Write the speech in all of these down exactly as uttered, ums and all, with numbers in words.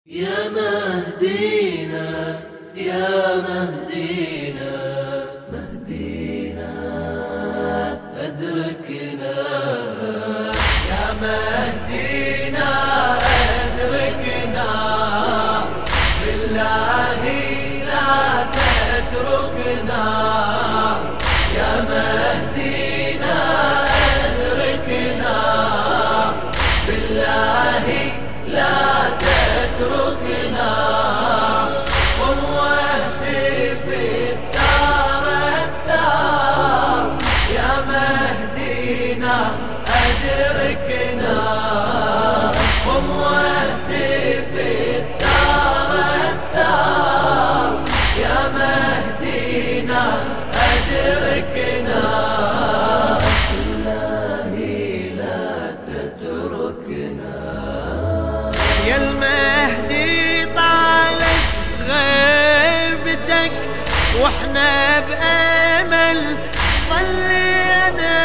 يا مهدينا يا مهدينا مهدينا أدركنا يا مهدينا أدركنا بالله لا تتركنا يا مهدينا أدركنا بالله لا تتركنا قم واهتف في الثار الثار يا مهدينا أدركنا قم واهتف في الثار الثار يا مهدينا أدركنا بالله لا تتركنا يا المهدي طالت غيبتك واحنا بأمل ظلينا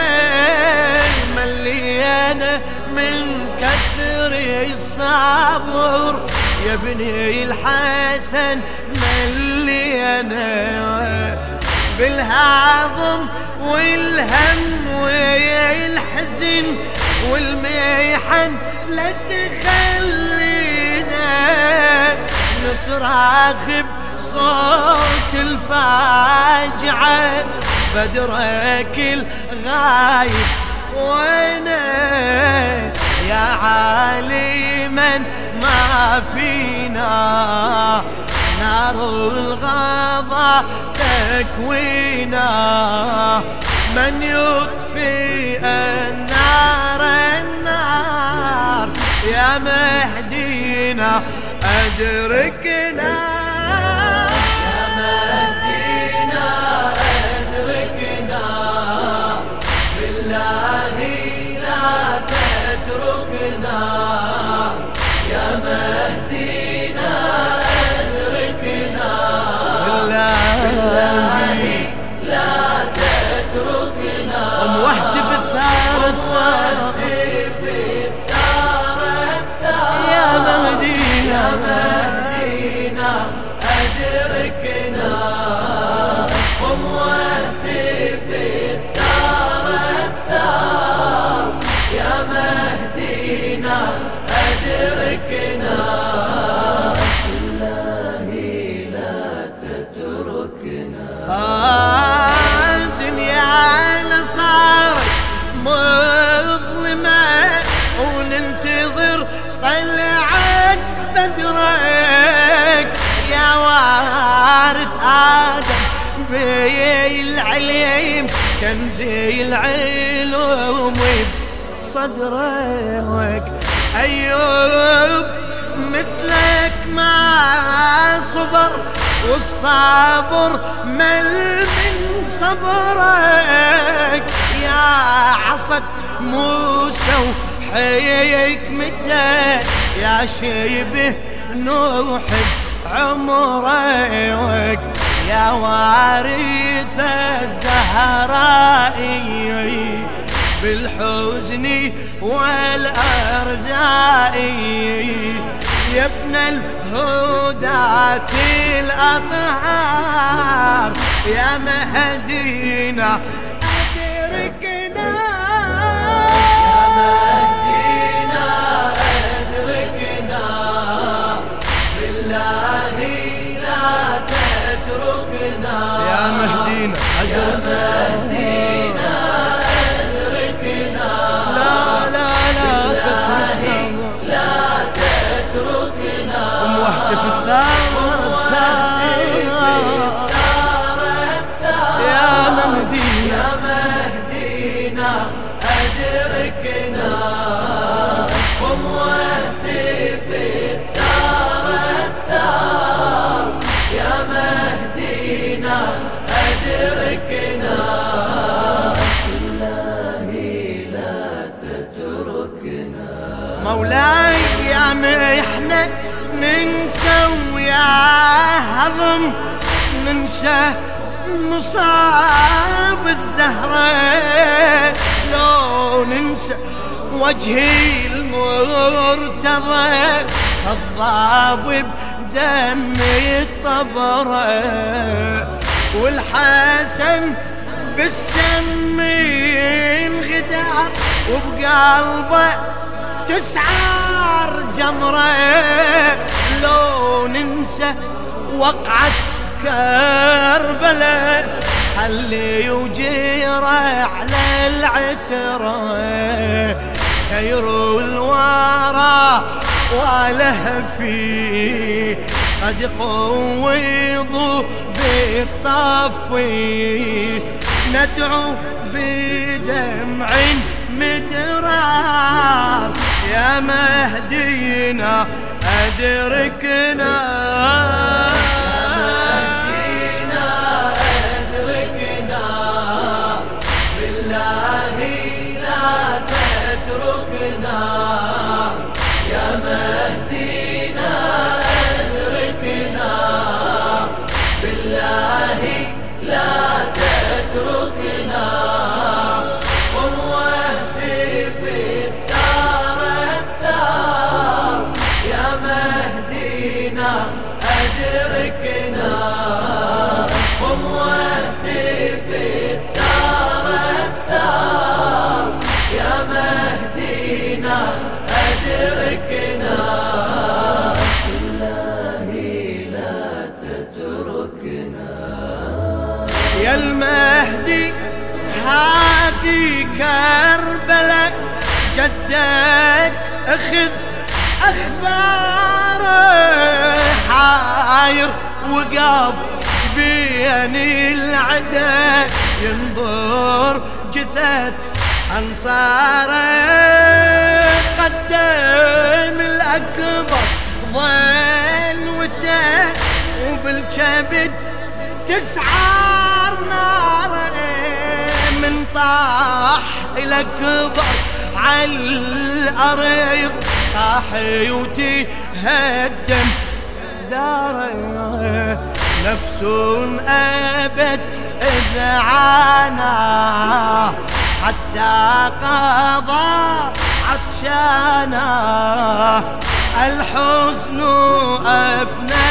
ملينا من كثر الصبر يا ابني الحسن ملينا بالهضم والهم والحزن والميحن لا تخلينا نصرخ بصوت الفاجعة بدرك الغايب وينه يا عالما ما فينا نار الغضا تكوينا من يطفئ النار النار يا مهدينا أدركنا يا مهدينا أدركنا بالله لا تتركنا يا مهدينا أدركنا بالله لا تتركنا قم واهتف الثار الثار في الثار الثار يا مهدينا يا مهدينا أدركنا قم واهتف في الثار الثار يا مهدينا أدركنا بالله لا تتركنا آه دنيانا صارت مظلمة وننتظر طلعت بدرك يا وارث آدم بي العليم كنزي العلوم بصدرك أيوب مثلك ما صبر والصبر مل من صبرك يا عصت موسى وحكمته يا شيبه نوح عمرك يا وارث الزهراء بالحزن والأرزاء يا ابن الهداة الأطهار يا مهدينا أدركنا يا مهدينا أدركنا بالله لا تتركنا يا مهدينا أدركنا أدركنا لا لا لا تتركنا لا تتركنا قم واهتف الثار الثار يا مهدينا يا مهدينا أدركنا قم واهتف في الثار الثار يا مهدينا أدركنا بالله لا تتركنا مولاي يا محنة ننسى ويا هضم ننسى مصاب الزهرة لو ننسى وجهي المرتضى خضاب بدمي الطبرة، والحسن بالسم انغدع وبقلبه تسعر جمرة. لو ننسى وقعة كربلاء حلي وجيرة على العترة، خير الورى ولهفي قد قوضوا بالطفي، ندعو بدمع مدرار يا مهدينا أدركنا. يا المهدي هذه كربلاء جدك اخذ اخباره، حاير وقف بين العدا ينظر جثث انصاره، قدم الاكبر ظن وته وبالكبد تسعر نار، من طاح الأكبر عالأرض طاح وتهدم داره، نفس أبد إذا عانى حتى قضى عطشانا، الحزن أفنى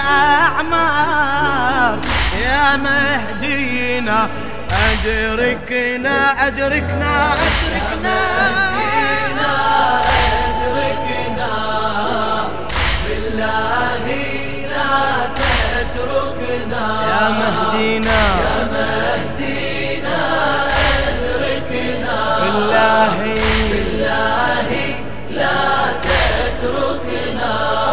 الأعمار يا مهدينا أدركنا أدركنا أدركنا أدركنا بالله لا تتركنا يا مهدينا يا مهدينا أدركنا بالله بالله لا تتركنا.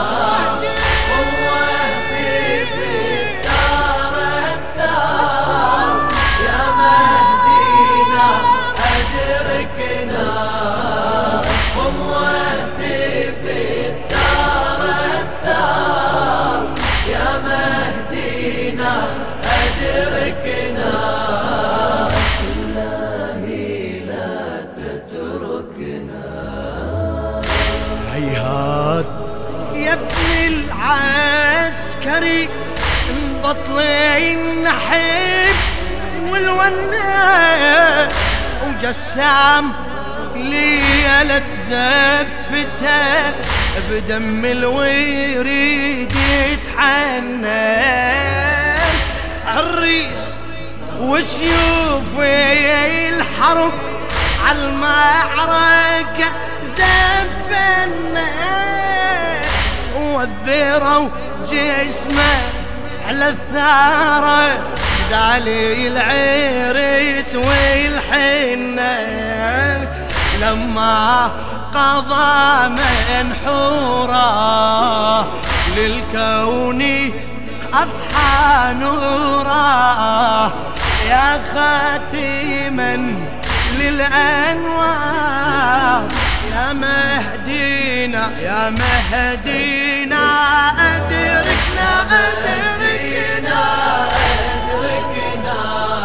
هيهات يا ابن العسكري بطل النحيب والونة، وجسام ليلة زفته بدم الوريد يتحنن، عريس وسيوف الحرب عالمعركة زفنا، وذروا جسمه على الثارة دالي العريس والحنة، لما قضى منحوره للكون أضحى نوره، يا خاتما للأنوار يا مهدينا يا مهدينا أدركنا أدركنا أدركنا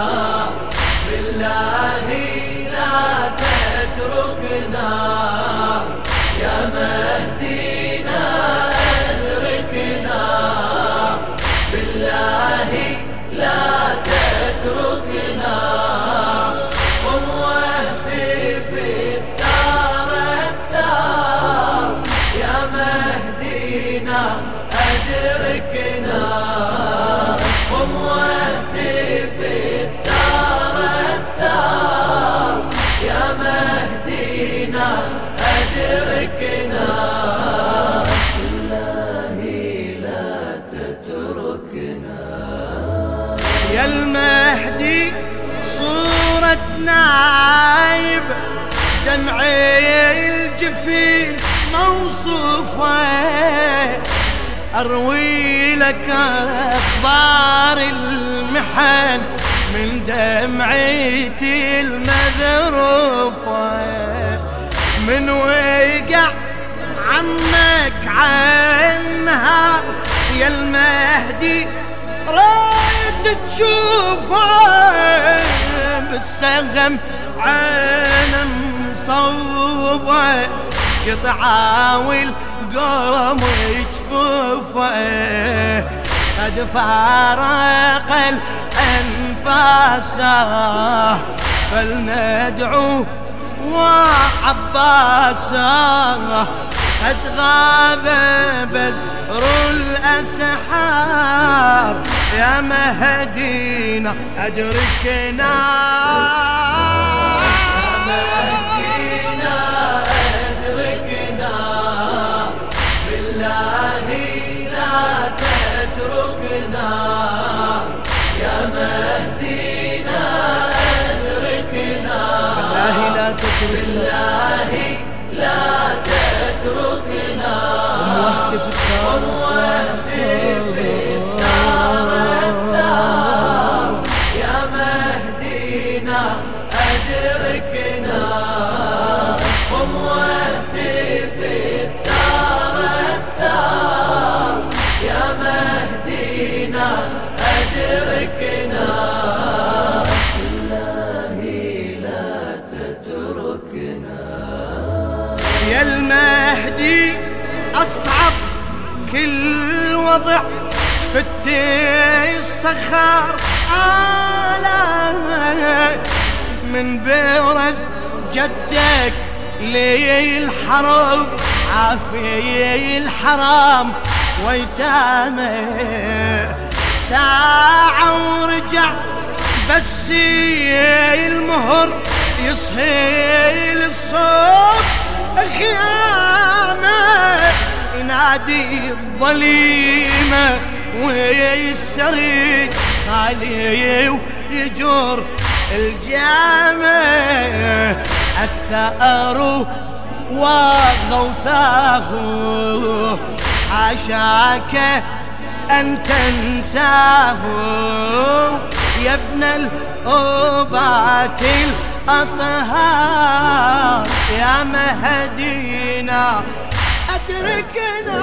بالله لا تتركنا يا مهدينا أدركنا بالله لا تتركنا. قم واهتف في الثار الثار يا مهدي أدركنا قم واهتف الثار الثار يا مهدينا أدركنا بالله لا تتركنا يا المهدي صورة نايب دمعي الجفين موصوفة أروي لك أخبار المحن من دمعتي المذروفة من وقع عمك عنها يا المهدي ريت تشوفه بالسهم عين مصوبة قطعة والقوم جفوفه قد فارق الأنفاسه فلندعو وعباسه قد غاب بدر الأسحار يا مهدينا أدركنا بالله لا تتركنا قم واهتف الثار الثار يا مهدينا أدركنا قم واهتف الثار الثار يا مهدينا أدركنا يا المهدي أصعب كل وضع فتي الصخر آلامك من برز جدك لي الحرب عافي الحرام ويتامه ساعة ورجع بس المهر يصهي الصوت خيانة ينادي الظليمة ويسرج خالي ويجر الجامع الثأر وغوثاه حاشاك أن تنساه يا ابن الأوبات الأطهار يا مهدينا أدركنا